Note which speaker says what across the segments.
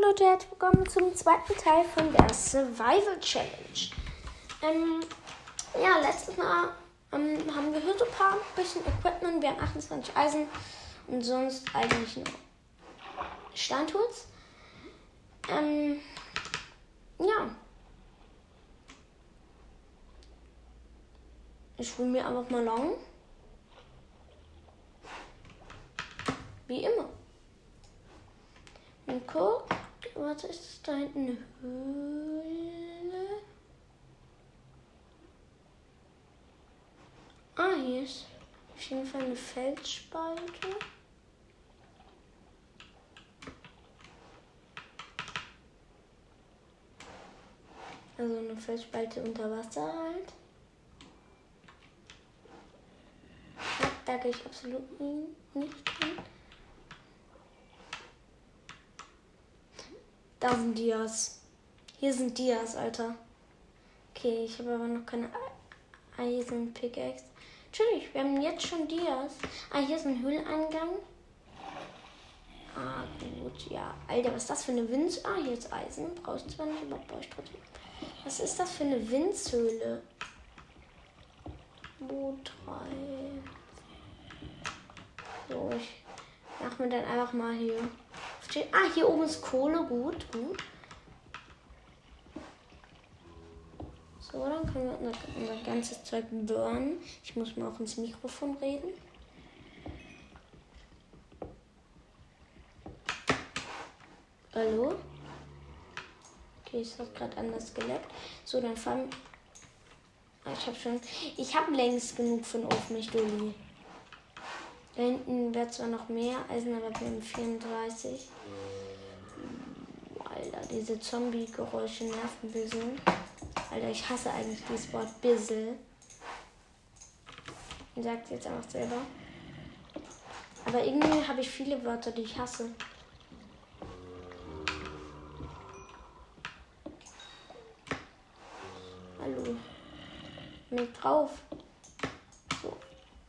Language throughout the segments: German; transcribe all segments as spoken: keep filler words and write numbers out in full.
Speaker 1: Leute, herzlich willkommen zum zweiten Teil von der Survival Challenge. Ähm, ja, letztes Mal ähm, haben wir hier so ein paar bisschen Equipment. Wir haben achtundzwanzig Eisen und sonst eigentlich nur Steintools. Ähm, ja. Ich will mir einfach mal lang. Wie immer. Und guck, warte, ist das da hinten eine Höhle? Ah, hier ist auf jeden Fall eine Felsspalte. Also eine Felsspalte unter Wasser halt. Ja, da gehe ich absolut nicht hin. Da sind Dias. Hier sind Dias, Alter. Okay, ich habe aber noch keine Eisen-Pickaxe. Natürlich, wir haben jetzt schon Dias. Ah, hier ist ein Höhleneingang. Ah, gut, ja. Alter, was ist das für eine Winz... Ah, hier ist Eisen. Brauchst du zwar nicht, aber brauche ich trotzdem. Was ist das für eine Winzhöhle? Wo drei. So, ich mache mir dann einfach mal hier. Ah, hier oben ist Kohle. Gut, gut. So, dann können wir unser, unser ganzes Zeug burnen. Ich muss mal auch ins Mikrofon reden. Hallo? Okay, es hat gerade anders geleckt. So, dann fangen. Ich habe schon. Ich habe längst genug von Auf mich, Dulli. Da hinten wäre zwar noch mehr Eisen, aber wir haben vierunddreißig. Alter, diese Zombie-Geräusche nerven ein bisschen. Alter, ich hasse eigentlich dieses Wort bissel. Ich sag's jetzt einfach selber. Aber irgendwie habe ich viele Wörter, die ich hasse. Hallo. Mit drauf. So.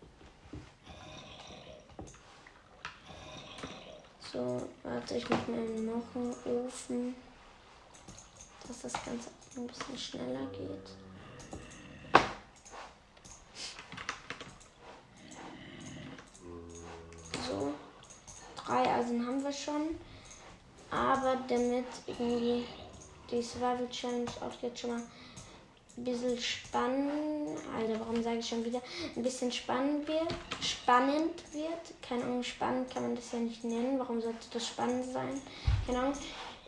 Speaker 1: So, warte, ich mache mir noch einen Ofen, dass das Ganze ein bisschen schneller geht. So, drei Eisen haben wir schon, aber damit irgendwie die Survival Challenge auch jetzt schon mal ein bisschen spannend, Alter, warum sage ich schon wieder, ein bisschen spannend wird, spannend wird, keine Ahnung, spannend kann man das ja nicht nennen, warum sollte das spannend sein, keine Ahnung,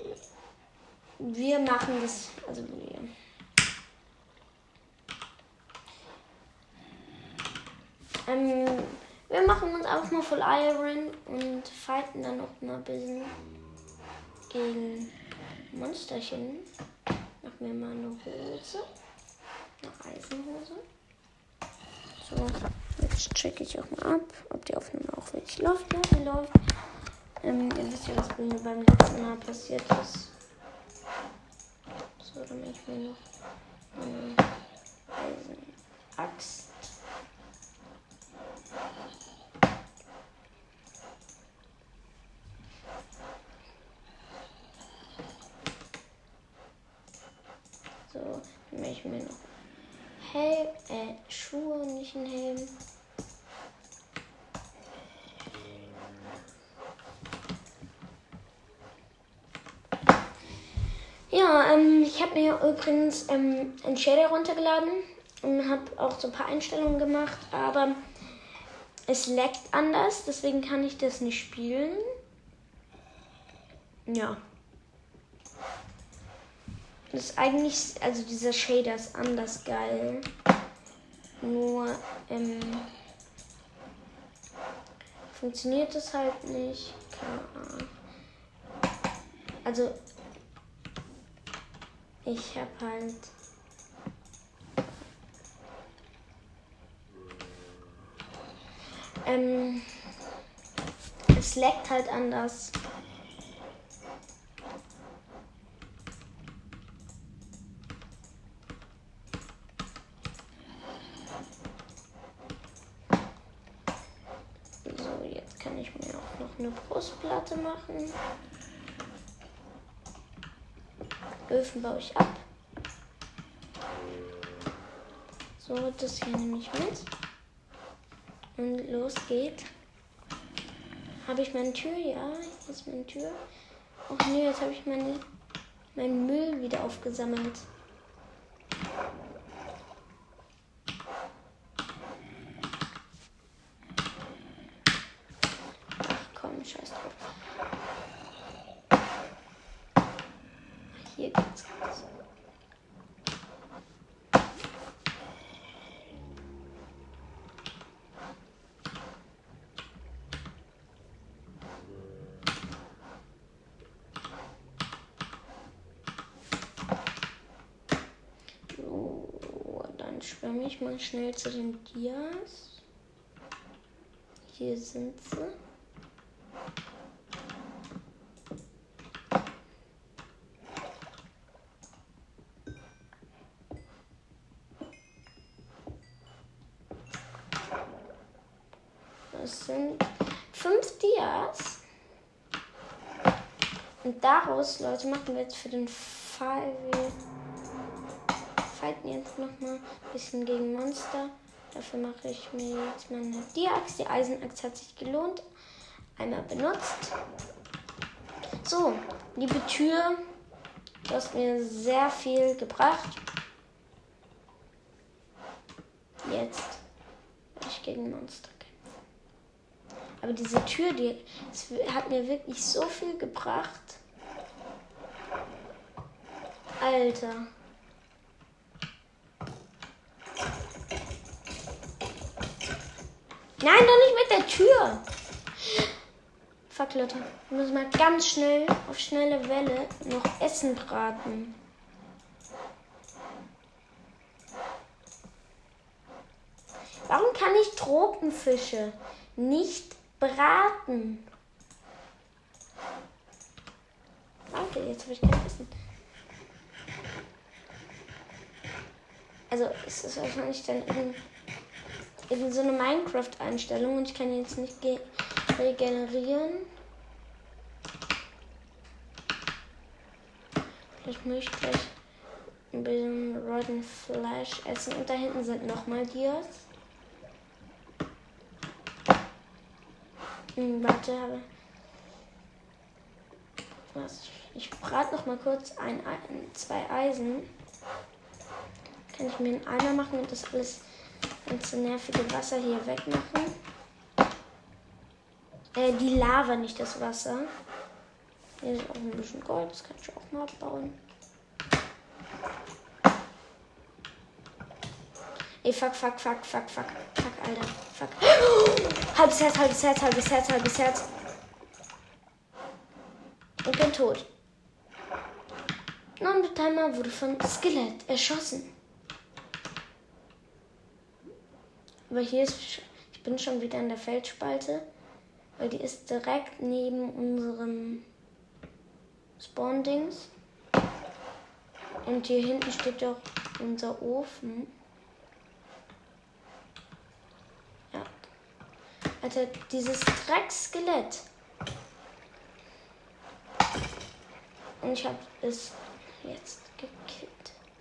Speaker 1: wir machen das, also wir, ähm, wir machen uns auch mal voll Iron und fighten dann noch mal ein bisschen gegen Monsterchen. Machen wir mal eine Hose. Eine Eisenhose. So, jetzt checke ich auch mal ab, ob die Aufnahme auch wirklich läuft. Ja, die läuft. Ähm, ihr wisst ja, was mir beim letzten Mal passiert ist. So, dann mache ich mir noch eine Eisenaxt. So, dann mache ich mir noch Helm, äh, Schuhe, nicht ein Helm. Ja, ähm, ich habe mir übrigens ähm, ein Shader runtergeladen und habe auch so ein paar Einstellungen gemacht, aber es laggt anders, deswegen kann ich das nicht spielen. Ja. Das ist eigentlich, also dieser Shader ist anders geil. Nur, ähm, funktioniert es halt nicht. Keine Ahnung. Also, ich hab halt ähm, es laggt halt anders. So, jetzt kann ich mir auch noch eine Brustplatte machen. Öfen baue ich ab. So, das hier nehme ich mit. Und los geht. Habe ich meine Tür? Ja, hier ist meine Tür. Ach nee, jetzt habe ich meine, meinen Müll wieder aufgesammelt. Ach komm, scheiß drauf. Hier geht's raus. Schwimme ich mal schnell zu den Dias. Hier sind sie. Das sind fünf Dias. Und daraus, Leute, machen wir jetzt für den Fall, wir fighten jetzt noch mal ein bisschen gegen Monster. Dafür mache ich mir jetzt meine Dia-Axt. Die Eisenaxt hat sich gelohnt. Einmal benutzt. So, liebe Tür, du hast mir sehr viel gebracht. Jetzt werde ich gegen Monster kämpfen. Aber diese Tür, die hat mir wirklich so viel gebracht. Alter. Nein, doch nicht mit der Tür. Fuck, Leute. Wir müssen mal ganz schnell, auf schnelle Welle, noch Essen braten. Warum kann ich Tropenfische nicht braten? Warte, jetzt habe ich kein Essen. Also, es ist wahrscheinlich dann in Eben so eine Minecraft-Einstellung und ich kann jetzt nicht regenerieren. Vielleicht muss ich gleich ein bisschen Rotten Fleisch essen. Und da hinten sind nochmal Dias. Hm, warte, aber was? Ich brate noch mal kurz ein, ein, zwei Eisen. Kann ich mir einen Eimer machen und das alles ganze nervige Wasser hier wegmachen. Äh, die Lava, nicht das Wasser. Hier ist auch ein bisschen Gold, das kann ich auch mal abbauen. Ey, fuck, fuck, fuck, fuck, fuck, fuck, Alter, fuck. Oh, halbes Herz, halbes Herz, halbes Herz, halbes Herz. Und bin tot. Non-Timer wurde von Skelett erschossen. Aber hier ist, ich bin schon wieder in der Felsspalte, weil die ist direkt neben unserem Spawn-Dings. Und hier hinten steht doch unser Ofen. Ja. Alter, dieses Dreckskelett. Und ich habe es jetzt gekillt.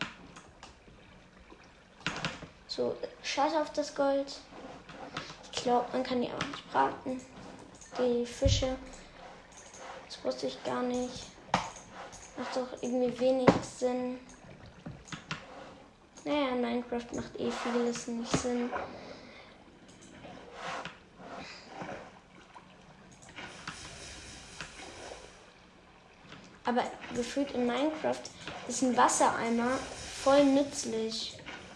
Speaker 1: So, scheiß auf das Gold. Ich glaube, man kann die auch nicht braten. Die Fische. Das wusste ich gar nicht. Macht doch irgendwie wenig Sinn. Naja, in Minecraft macht eh vieles nicht Sinn. Aber gefühlt in Minecraft ist ein Wassereimer voll nützlich.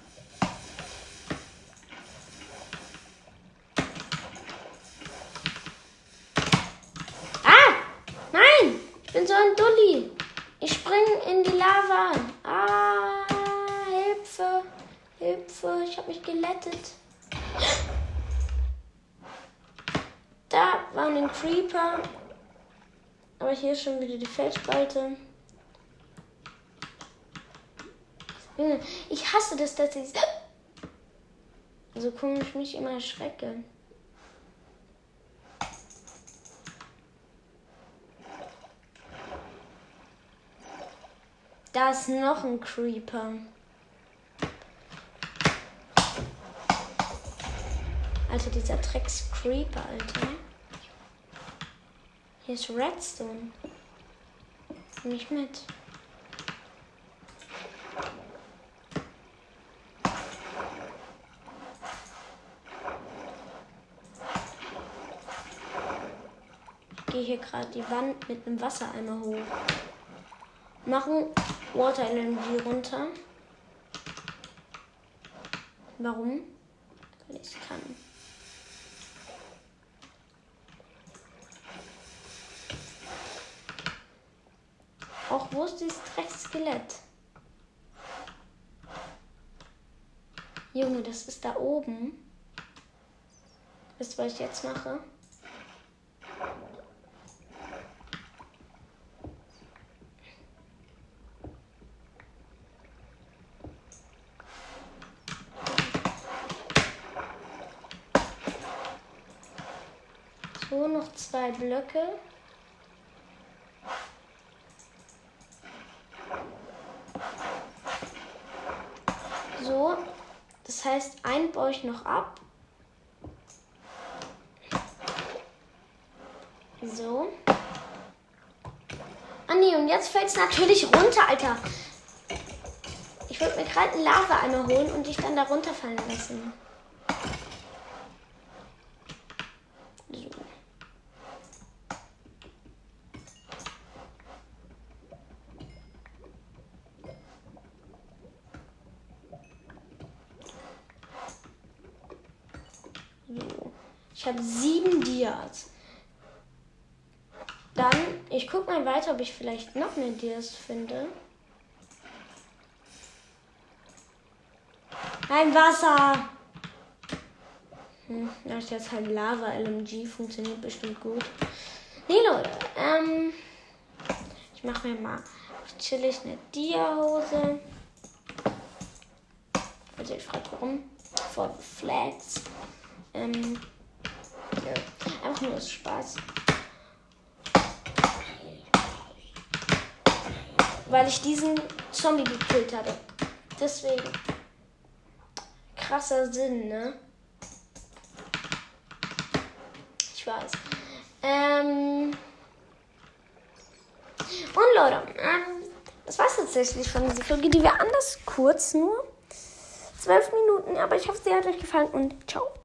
Speaker 1: Ich bin so ein Dulli. Ich springe in die Lava. Ah, Hilfe. Hilfe, ich habe mich gelettet. Da war ein Creeper. Aber hier ist schon wieder die Felsspalte. Ich hasse das, dass ich so komisch mich immer erschrecke. Da ist noch ein Creeper. Alter, dieser Drecks-Creeper, Alter. Hier ist Redstone. Nimm ich mit. Ich gehe hier gerade die Wand mit einem Wassereimer hoch. Machen Water Energy runter. Warum? Weil ich kann. Auch wo ist dieses Dreckskelett? Junge, das ist da oben. Wisst ihr, was ich jetzt mache? So, noch zwei Blöcke. So, das heißt, einen baue ich noch ab. So. Ah nee, und jetzt fällt es natürlich runter, Alter. Ich wollte mir gerade einen Lava-Eimer holen und dich dann da runterfallen lassen. So. So. Ich habe sieben Dias. Dann, ich gucke mal weiter, ob ich vielleicht noch mehr Dias finde. Ein Wasser! Hm, da ist jetzt halt Lava L M G, funktioniert bestimmt gut. Nee, Leute, ähm, ich mache mir mal chillig eine Dia-Hose. Also ich frage warum. For the flags. Ähm, ja, einfach nur aus Spaß. Weil ich diesen Zombie gekillt habe. Deswegen. Krasser Sinn, ne? Ich weiß. Ähm. Und Leute, ähm, das war's tatsächlich von dieser Folge. Die war anders kurz nur. Zwölf Minuten, aber ich hoffe, sie hat euch gefallen und ciao.